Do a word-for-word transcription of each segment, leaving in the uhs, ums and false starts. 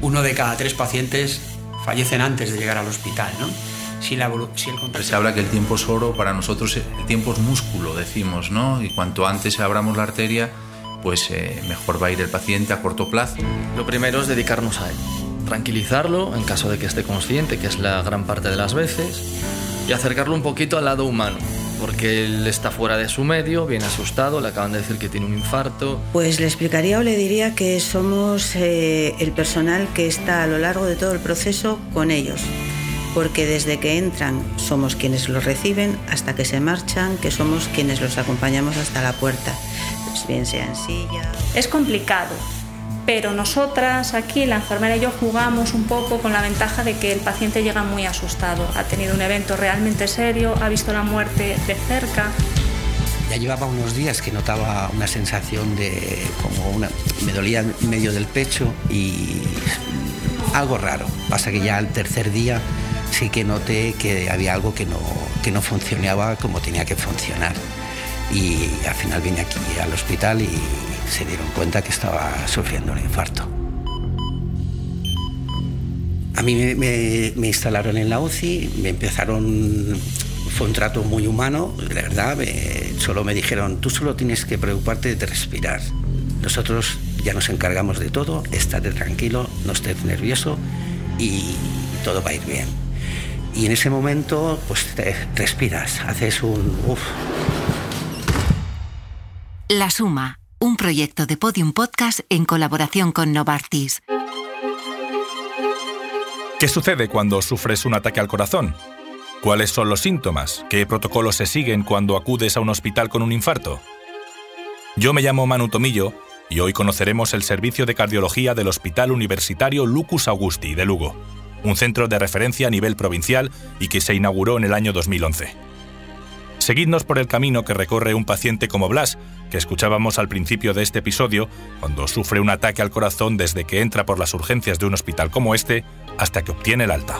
uno de cada tres pacientes fallecen antes de llegar al hospital, ¿no? Si la, si el contacto... Se habla que el tiempo es oro, para nosotros el tiempo es músculo, decimos, ¿no? Y cuanto antes abramos la arteria, pues eh, mejor va a ir el paciente a corto plazo. Lo primero es dedicarnos a él, tranquilizarlo en caso de que esté consciente, que es la gran parte de las veces, y acercarlo un poquito al lado humano, porque él está fuera de su medio, viene asustado, le acaban de decir que tiene un infarto. Pues le explicaría o le diría que somos eh, el personal que está a lo largo de todo el proceso con ellos, porque desde que entran somos quienes los reciben hasta que se marchan, que somos quienes los acompañamos hasta la puerta, pues bien sea en silla. Es complicado, pero nosotras aquí, la enfermera y yo, jugamos un poco con la ventaja de que el paciente llega muy asustado, ha tenido un evento realmente serio, ha visto la muerte de cerca. Ya llevaba unos días que notaba una sensación de como una... me dolía en medio del pecho y algo raro. Pasa que ya al tercer día sí que noté que había algo que no, que no funcionaba como tenía que funcionar. Y al final vine aquí al hospital y se dieron cuenta que estaba sufriendo un infarto. A mí me, me, me instalaron en la U C I, me empezaron... Fue un trato muy humano, la verdad. Me, solo me dijeron, tú solo tienes que preocuparte de respirar. Nosotros ya nos encargamos de todo, estate tranquilo, no estés nervioso y todo va a ir bien. Y en ese momento, pues te respiras, haces un uff. La Suma, un proyecto de Podium Podcast en colaboración con Novartis. ¿Qué sucede cuando sufres un ataque al corazón? ¿Cuáles son los síntomas? ¿Qué protocolos se siguen cuando acudes a un hospital con un infarto? Yo me llamo Manu Tomillo y hoy conoceremos el servicio de cardiología del Hospital Universitario Lucus Augusti de Lugo, un centro de referencia a nivel provincial y que se inauguró en el año dos mil once. Seguidnos por el camino que recorre un paciente como Blas, que escuchábamos al principio de este episodio, cuando sufre un ataque al corazón desde que entra por las urgencias de un hospital como este hasta que obtiene el alta.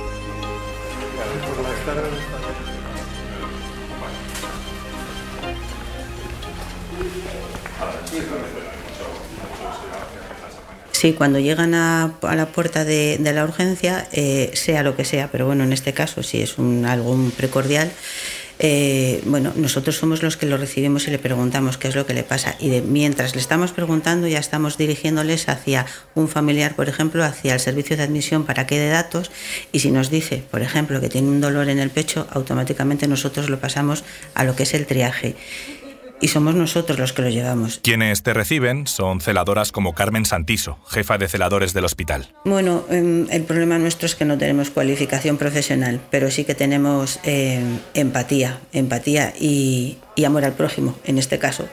Sí, cuando llegan a, a la puerta de, de la urgencia, eh, sea lo que sea, pero bueno, en este caso si es un, algo precordial, eh, bueno, nosotros somos los que lo recibimos y le preguntamos qué es lo que le pasa. Y de, mientras le estamos preguntando, ya estamos dirigiéndoles hacia un familiar, por ejemplo, hacia el servicio de admisión para que dé datos. Y si nos dice, por ejemplo, que tiene un dolor en el pecho, automáticamente nosotros lo pasamos a lo que es el triaje. Y somos nosotros los que lo llevamos. Quienes te reciben son celadoras como Carmen Santiso, jefa de celadores del hospital. Bueno, eh, el problema nuestro es que no tenemos cualificación profesional, pero sí que tenemos eh, empatía, empatía y, y amor al prójimo, en este caso.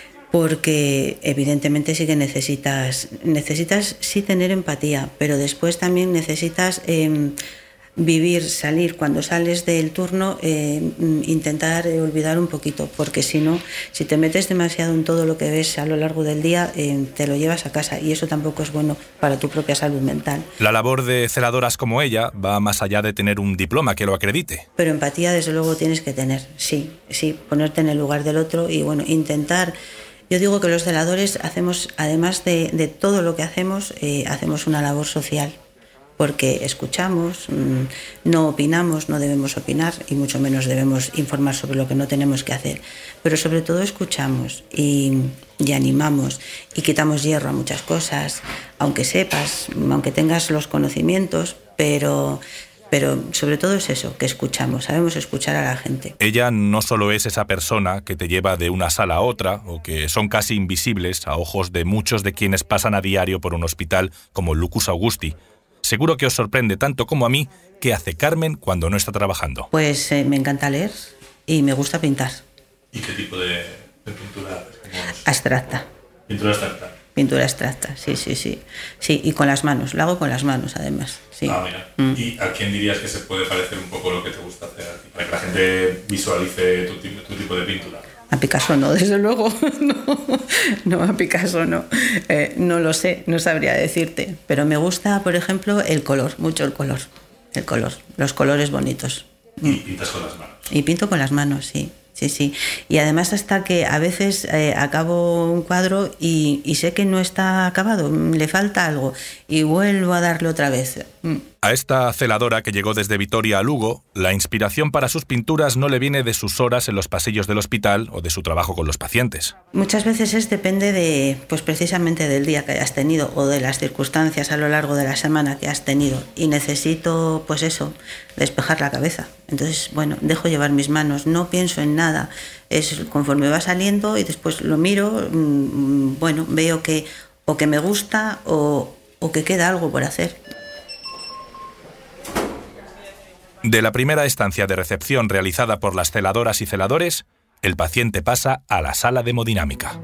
Porque evidentemente sí que necesitas, necesitas sí tener empatía, pero después también necesitas... Eh, vivir, salir, cuando sales del turno, eh, intentar eh, olvidar un poquito, porque si no, si te metes demasiado en todo lo que ves a lo largo del día, eh, te lo llevas a casa y eso tampoco es bueno para tu propia salud mental. La labor de celadoras como ella va más allá de tener un diploma que lo acredite. Pero empatía desde luego tienes que tener, sí, sí, ponerte en el lugar del otro y bueno, intentar... Yo digo que los celadores hacemos, además de, de todo lo que hacemos, eh, hacemos una labor social. Porque escuchamos, no opinamos, no debemos opinar y mucho menos debemos informar sobre lo que no tenemos que hacer, pero sobre todo escuchamos y, y animamos y quitamos hierro a muchas cosas, aunque sepas, aunque tengas los conocimientos, pero, pero sobre todo es eso, que escuchamos, sabemos escuchar a la gente. Ella no solo es esa persona que te lleva de una sala a otra o que son casi invisibles a ojos de muchos de quienes pasan a diario por un hospital como Lucus Augusti. Seguro que os sorprende tanto como a mí qué hace Carmen cuando no está trabajando. Pues eh, me encanta leer y me gusta pintar. ¿Y qué tipo de, de pintura haces? Abstracta. ¿Pintura abstracta? Pintura abstracta, sí, sí, sí. Sí, y con las manos, lo hago con las manos además. Sí. Ah, mira. Mm. ¿Y a quién dirías que se puede parecer un poco lo que te gusta hacer a ti? Para que la gente visualice tu, tu tipo de pintura. A Picasso no, desde luego, no, no a Picasso no, eh, no lo sé, no sabría decirte, pero me gusta, por ejemplo, el color, mucho el color, el color, los colores bonitos. ¿Y pintas con las manos? Y pinto con las manos, sí, Sí, sí. Y además hasta que a veces eh, acabo un cuadro y, y sé que no está acabado, le falta algo y vuelvo a darle otra vez. A esta celadora que llegó desde Vitoria a Lugo, la inspiración para sus pinturas no le viene de sus horas en los pasillos del hospital o de su trabajo con los pacientes. Muchas veces es depende de, pues precisamente del día que hayas tenido o de las circunstancias a lo largo de la semana que has tenido y necesito, pues eso, despejar la cabeza. Entonces, bueno, dejo llevar mis manos, no pienso en nada. Es conforme va saliendo y después lo miro, mmm, bueno, veo que o que me gusta o, o que queda algo por hacer. De la primera estancia de recepción realizada por las celadoras y celadores, el paciente pasa a la sala de hemodinámica.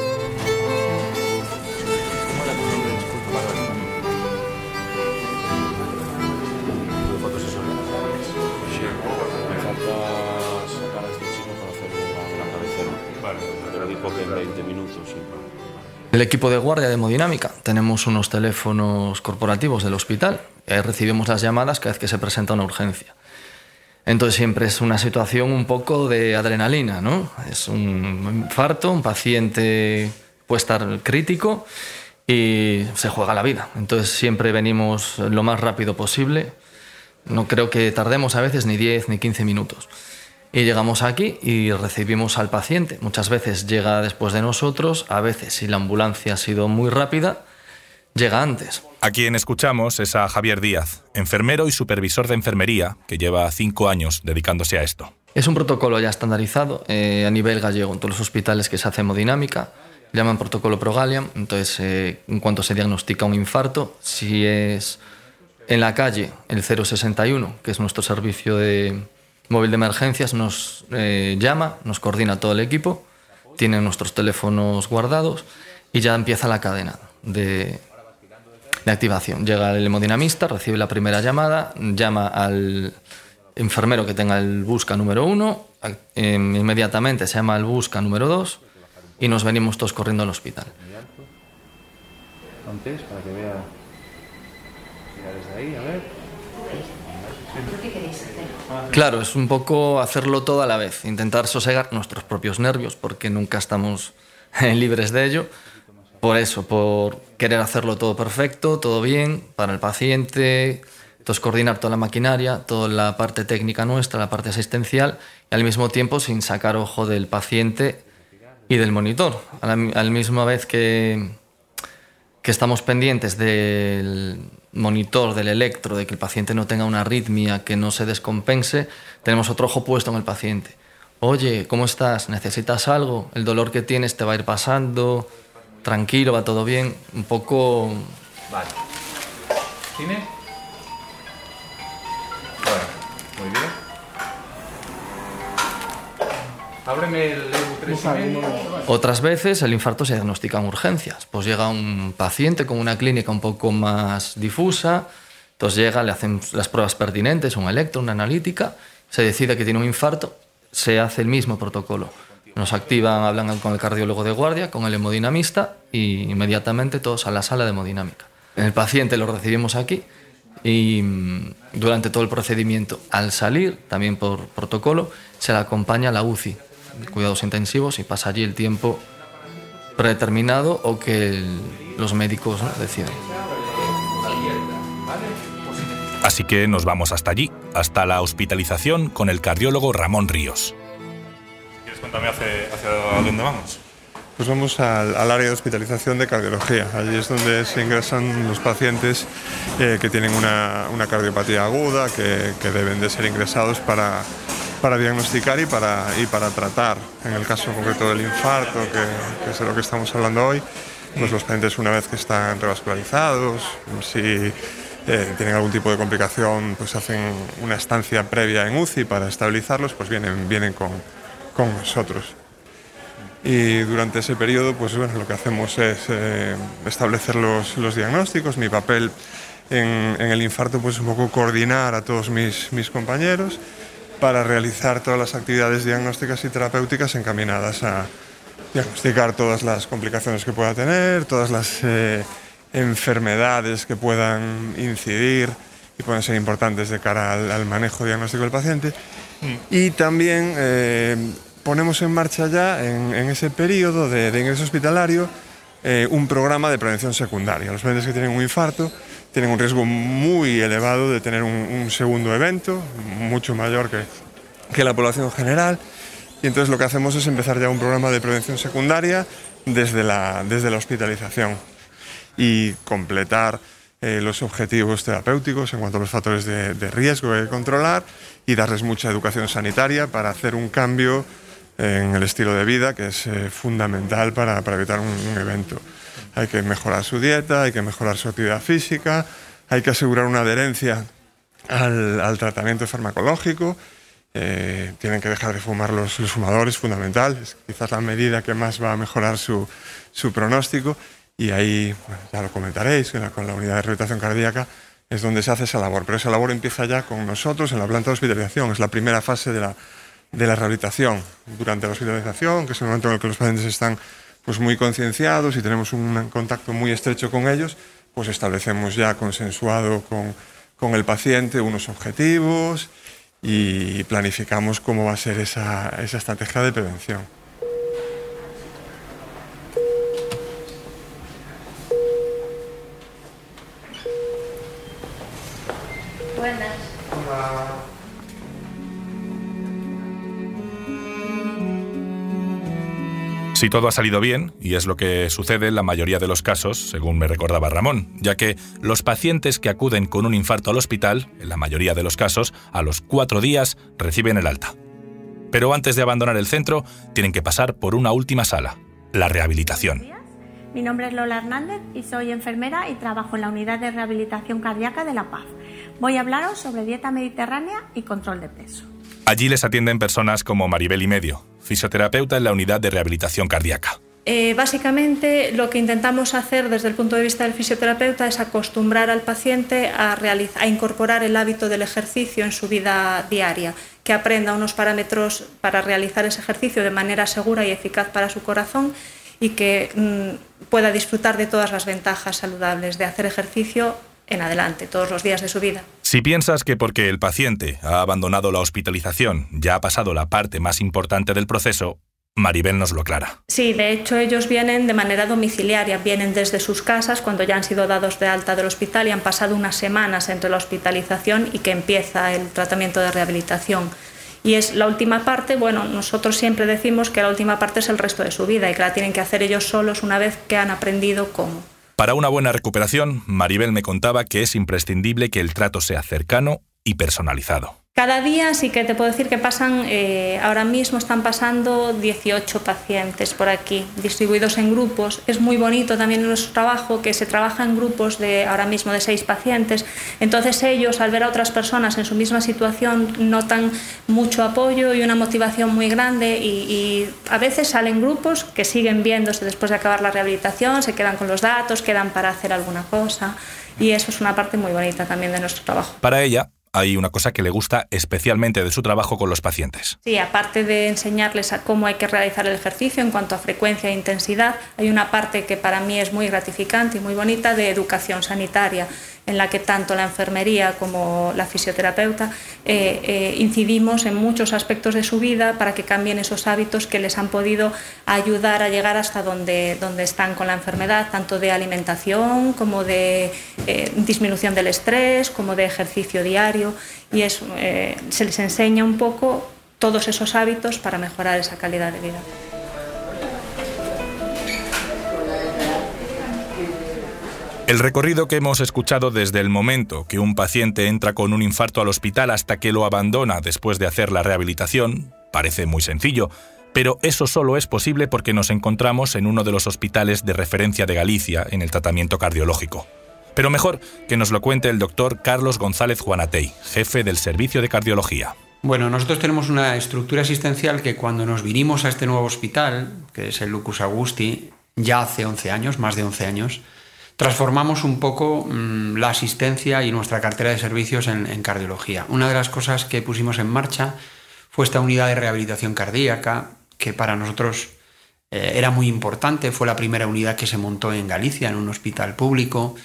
El equipo de guardia de hemodinámica, tenemos unos teléfonos corporativos del hospital, eh, recibimos las llamadas cada vez que se presenta una urgencia. Entonces siempre es una situación un poco de adrenalina, ¿no? Es un infarto, un paciente puede estar crítico y se juega la vida. Entonces siempre venimos lo más rápido posible, no creo que tardemos a veces ni diez ni quince minutos. Y llegamos aquí y recibimos al paciente. Muchas veces llega después de nosotros, a veces, si la ambulancia ha sido muy rápida, llega antes. A quien escuchamos es a Javier Díaz, enfermero y supervisor de enfermería, que lleva cinco años dedicándose a esto. Es un protocolo ya estandarizado eh, a nivel gallego en todos los hospitales que se hace hemodinámica. Llaman protocolo Progalliam. Entonces, eh, en cuanto se diagnostica un infarto, si es en la calle, el cero sesenta y uno, que es nuestro servicio de móvil de emergencias, nos eh, llama, nos coordina todo el equipo, tiene nuestros teléfonos guardados y ya empieza la cadena de, de activación. Llega el hemodinamista, recibe la primera llamada, llama al enfermero que tenga el busca número uno, eh, inmediatamente se llama al busca número dos y nos venimos todos corriendo al hospital. Antes, para que vea, mira desde ahí, a ver. ¿Qué queréis hacer? Claro, es un poco hacerlo todo a la vez, intentar sosegar nuestros propios nervios, porque nunca estamos libres de ello. Por eso, por querer hacerlo todo perfecto, todo bien, para el paciente, entonces coordinar toda la maquinaria, toda la parte técnica nuestra, la parte asistencial, y al mismo tiempo sin sacar ojo del paciente y del monitor. A la, a la misma vez que, que estamos pendientes del monitor, del electro, de que el paciente no tenga una arritmia, que no se descompense, tenemos otro ojo puesto en el paciente. Oye, ¿cómo estás? ¿Necesitas algo? ¿El dolor que tienes te va a ir pasando? Tranquilo, va todo bien. Un poco... Vale. ¿Cine? Bueno, muy bien. Ábreme el Evo tres y medio. Otras veces el infarto se diagnostica en urgencias. Pues llega un paciente con una clínica un poco más difusa, entonces llega, le hacen las pruebas pertinentes, un electro, una analítica, se decide que tiene un infarto, se hace el mismo protocolo. Nos activan, hablan con el cardiólogo de guardia, con el hemodinamista y inmediatamente todos a la sala de hemodinámica. El paciente lo recibimos aquí y durante todo el procedimiento, al salir, también por protocolo, se le acompaña a la U C I, cuidados intensivos, y pasa allí el tiempo predeterminado o que el, los médicos, ¿no?, deciden. Así que nos vamos hasta allí, hasta la hospitalización con el cardiólogo Ramón Ríos. ¿Quieres contarme hacia, hacia dónde vamos? Pues vamos al, al área de hospitalización de cardiología. Allí es donde se ingresan los pacientes eh, que tienen una, una cardiopatía aguda, que, que deben de ser ingresados para, para diagnosticar y para, y para tratar. En el caso concreto del infarto, que, que es de lo que estamos hablando hoy, pues los pacientes, una vez que están revascularizados, si eh, tienen algún tipo de complicación, pues hacen una estancia previa en U C I para estabilizarlos, pues vienen, vienen con, con nosotros. Y durante ese periodo, pues bueno, lo que hacemos es eh, establecer los, los diagnósticos. Mi papel en, en el infarto, pues un poco coordinar a todos mis, mis compañeros para realizar todas las actividades diagnósticas y terapéuticas encaminadas a diagnosticar todas las complicaciones que pueda tener, todas las eh, enfermedades que puedan incidir y pueden ser importantes de cara al, al manejo diagnóstico del paciente. Mm. Y también... Eh, ponemos en marcha ya, en, en ese periodo de, de ingreso hospitalario, eh, un programa de prevención secundaria. Los pacientes que tienen un infarto tienen un riesgo muy elevado de tener un, un segundo evento, mucho mayor que, que la población general, y entonces lo que hacemos es empezar ya un programa de prevención secundaria desde la, desde la hospitalización y completar eh, los objetivos terapéuticos en cuanto a los factores de, de riesgo que hay que controlar y darles mucha educación sanitaria para hacer un cambio en el estilo de vida que es eh, fundamental para, para evitar un, un evento. Hay que mejorar su dieta, hay que mejorar su actividad física, hay que asegurar una adherencia al, al tratamiento farmacológico, eh, tienen que dejar de fumar los, los fumadores, fundamental, es quizás la medida que más va a mejorar su, su pronóstico, y ahí, bueno, ya lo comentaréis, con la unidad de rehabilitación cardíaca es donde se hace esa labor, pero esa labor empieza ya con nosotros en la planta de hospitalización, es la primera fase de la, de la rehabilitación. Durante la hospitalización, que es el momento en el que los pacientes están pues muy concienciados y tenemos un contacto muy estrecho con ellos, pues establecemos ya consensuado con, con el paciente unos objetivos y planificamos cómo va a ser esa, esa estrategia de prevención. Buenas. Hola. Si todo ha salido bien, y es lo que sucede en la mayoría de los casos, según me recordaba Ramón, ya que los pacientes que acuden con un infarto al hospital, en la mayoría de los casos, a los cuatro días reciben el alta. Pero antes de abandonar el centro, tienen que pasar por una última sala, la rehabilitación. Mi nombre es Lola Hernández y soy enfermera y trabajo en la unidad de rehabilitación cardíaca de La Paz. Voy a hablaros sobre dieta mediterránea y control de peso. Allí les atienden personas como Maribel y Medio, fisioterapeuta en la unidad de rehabilitación cardíaca. Eh, básicamente lo que intentamos hacer desde el punto de vista del fisioterapeuta es acostumbrar al paciente a, realizar, a incorporar el hábito del ejercicio en su vida diaria, que aprenda unos parámetros para realizar ese ejercicio de manera segura y eficaz para su corazón y que mmm, pueda disfrutar de todas las ventajas saludables de hacer ejercicio en adelante, todos los días de su vida. Si piensas que porque el paciente ha abandonado la hospitalización ya ha pasado la parte más importante del proceso, Maribel nos lo aclara. Sí, de hecho ellos vienen de manera domiciliaria, vienen desde sus casas cuando ya han sido dados de alta del hospital y han pasado unas semanas entre la hospitalización y que empieza el tratamiento de rehabilitación. Y es la última parte, bueno, nosotros siempre decimos que la última parte es el resto de su vida y que la tienen que hacer ellos solos una vez que han aprendido cómo. Para una buena recuperación, Maribel me contaba que es imprescindible que el trato sea cercano y personalizado. Cada día sí que te puedo decir que pasan, eh, ahora mismo están pasando dieciocho pacientes por aquí, distribuidos en grupos. Es muy bonito también nuestro trabajo, que se trabaja en grupos de ahora mismo de seis pacientes. Entonces ellos, al ver a otras personas en su misma situación, notan mucho apoyo y una motivación muy grande y, y a veces salen grupos que siguen viéndose después de acabar la rehabilitación, se quedan con los datos, quedan para hacer alguna cosa y eso es una parte muy bonita también de nuestro trabajo. Para ella, hay una cosa que le gusta especialmente de su trabajo con los pacientes. Sí, aparte de enseñarles a cómo hay que realizar el ejercicio en cuanto a frecuencia e intensidad, hay una parte que para mí es muy gratificante y muy bonita de educación sanitaria, en la que tanto la enfermería como la fisioterapeuta eh, eh, incidimos en muchos aspectos de su vida para que cambien esos hábitos que les han podido ayudar a llegar hasta donde, donde están con la enfermedad, tanto de alimentación como de eh, disminución del estrés, como de ejercicio diario, y es, eh, se les enseña un poco todos esos hábitos para mejorar esa calidad de vida. El recorrido que hemos escuchado desde el momento que un paciente entra con un infarto al hospital hasta que lo abandona después de hacer la rehabilitación parece muy sencillo, pero eso solo es posible porque nos encontramos en uno de los hospitales de referencia de Galicia en el tratamiento cardiológico. Pero mejor que nos lo cuente el doctor Carlos González Juanatey, jefe del Servicio de Cardiología. Bueno, nosotros tenemos una estructura asistencial que cuando nos vinimos a este nuevo hospital, que es el Lucus Augusti, ya hace once años, más de once años, transformamos un poco mmm, la asistencia y nuestra cartera de servicios en, en cardiología. Una de las cosas que pusimos en marcha fue esta unidad de rehabilitación cardíaca, que para nosotros eh, era muy importante. Fue la primera unidad que se montó en Galicia, en un hospital público,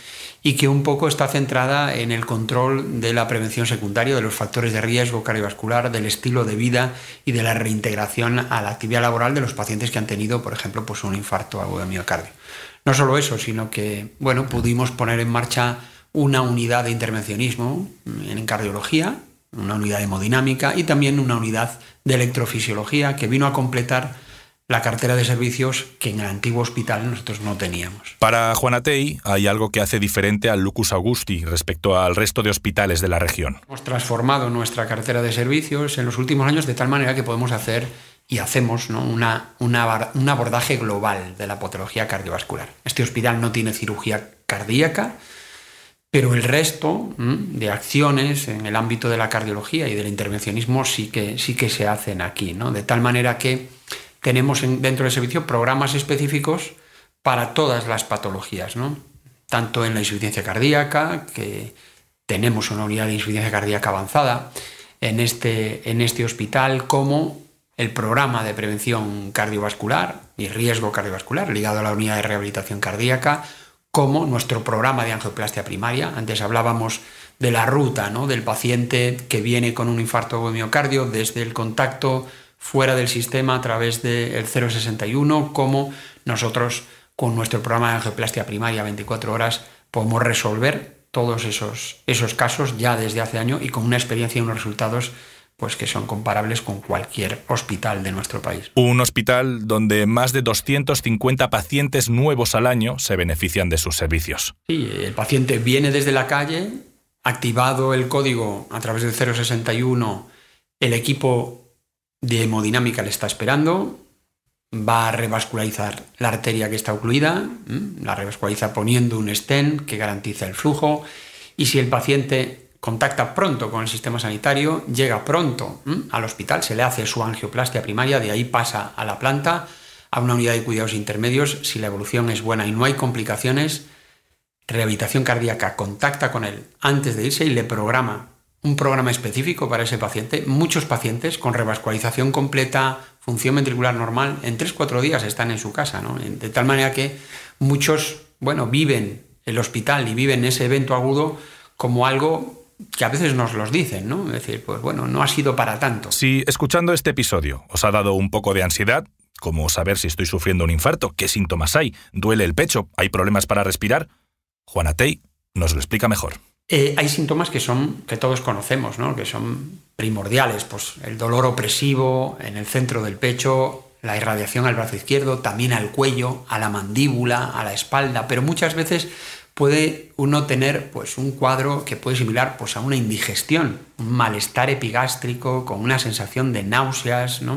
y que un poco está centrada en el control de la prevención secundaria, de los factores de riesgo cardiovascular, del estilo de vida y de la reintegración a la actividad laboral de los pacientes que han tenido, por ejemplo, pues un infarto agudo de miocardio. No solo eso, sino que bueno, pudimos poner en marcha una unidad de intervencionismo en cardiología, una unidad de hemodinámica y también una unidad de electrofisiología que vino a completar la cartera de servicios que en el antiguo hospital nosotros no teníamos. Para Juana Tey hay algo que hace diferente al Lucus Augusti respecto al resto de hospitales de la región. Hemos transformado nuestra cartera de servicios en los últimos años de tal manera que podemos hacer y hacemos, ¿no?, una, una, un abordaje global de la patología cardiovascular. Este hospital no tiene cirugía cardíaca, pero el resto ¿m? de acciones en el ámbito de la cardiología y del intervencionismo sí que, sí que se hacen aquí, ¿no? De tal manera que tenemos en, dentro del servicio programas específicos para todas las patologías, ¿no? Tanto en la insuficiencia cardíaca, que tenemos una unidad de insuficiencia cardíaca avanzada en este, en este hospital, como el programa de prevención cardiovascular y riesgo cardiovascular ligado a la unidad de rehabilitación cardíaca, como nuestro programa de angioplastia primaria. Antes hablábamos de la ruta, ¿no?, del paciente que viene con un infarto de miocardio desde el contacto fuera del sistema a través del cero sesenta y uno, como nosotros con nuestro programa de angioplastia primaria veinticuatro horas podemos resolver todos esos, esos casos ya desde hace años y con una experiencia y unos resultados pues que son comparables con cualquier hospital de nuestro país. Un hospital donde más de doscientos cincuenta pacientes nuevos al año se benefician de sus servicios. Sí, el paciente viene desde la calle, activado el código a través del cero sesenta y uno, el equipo de hemodinámica le está esperando, va a revascularizar la arteria que está ocluida, la revasculariza poniendo un stent que garantiza el flujo, y si el paciente contacta pronto con el sistema sanitario, llega pronto ¿m? al hospital, se le hace su angioplastia primaria, de ahí pasa a la planta, a una unidad de cuidados intermedios. Si la evolución es buena y no hay complicaciones, rehabilitación cardíaca contacta con él antes de irse y le programa un programa específico para ese paciente. Muchos pacientes con revascularización completa, función ventricular normal, en tres cuatro días están en su casa, ¿no? De tal manera que muchos bueno, viven el hospital y viven ese evento agudo como algo que a veces nos los dicen, ¿no? Es decir, pues bueno, no ha sido para tanto. Si escuchando este episodio os ha dado un poco de ansiedad, como saber si estoy sufriendo un infarto, qué síntomas hay, duele el pecho, hay problemas para respirar, Juana Tey nos lo explica mejor. Eh, hay síntomas que son que todos conocemos, ¿no?, que son primordiales, pues el dolor opresivo en el centro del pecho, la irradiación al brazo izquierdo, también al cuello, a la mandíbula, a la espalda, pero muchas veces puede uno tener pues un cuadro que puede similar pues a una indigestión, un malestar epigástrico con una sensación de náuseas, ¿no?,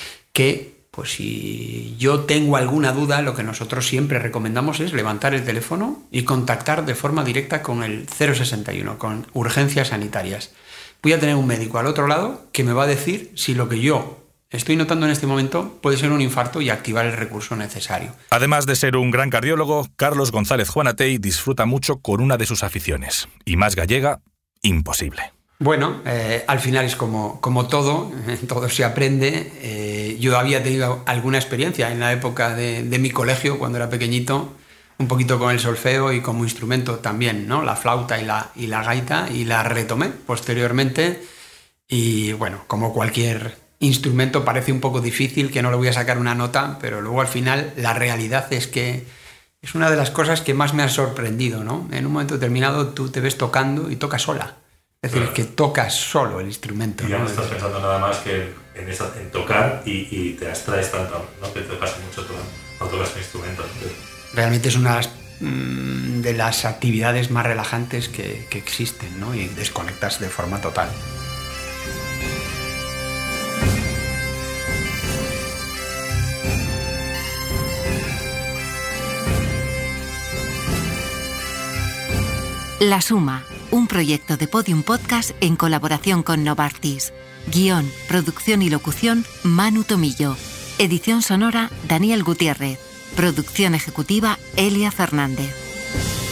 que pues si yo tengo alguna duda, lo que nosotros siempre recomendamos es levantar el teléfono y contactar de forma directa con el cero sesenta y uno, con urgencias sanitarias. Voy a tener un médico al otro lado que me va a decir si lo que yo estoy notando en este momento puede ser un infarto y activar el recurso necesario. Además de ser un gran cardiólogo, Carlos González Juana Tey disfruta mucho con una de sus aficiones. Y más gallega, imposible. Bueno, eh, al final es como, como todo, eh, todo se aprende. Eh, yo había tenido alguna experiencia en la época de, de mi colegio, cuando era pequeñito, un poquito con el solfeo y como instrumento también, ¿no?, la flauta y la, y la gaita, y la retomé posteriormente. Y bueno, como cualquier instrumento parece un poco difícil, que no le voy a sacar una nota, pero luego al final la realidad es que es una de las cosas que más me ha sorprendido, ¿no? En un momento determinado tú te ves tocando y tocas sola. Es decir, claro, que tocas solo el instrumento. Y ya ¿no? no estás pensando nada más que en, esa, en tocar y, y te abstraes tanto, no te tocas mucho cuando tocas un instrumento. Realmente es una de las, mmm, de las actividades más relajantes que, que existen, ¿no? Y desconectas de forma total. La Suma, un proyecto de Podium Podcast en colaboración con Novartis. Guión, producción y locución, Manu Tomillo. Edición sonora, Daniel Gutiérrez. Producción ejecutiva, Elia Fernández.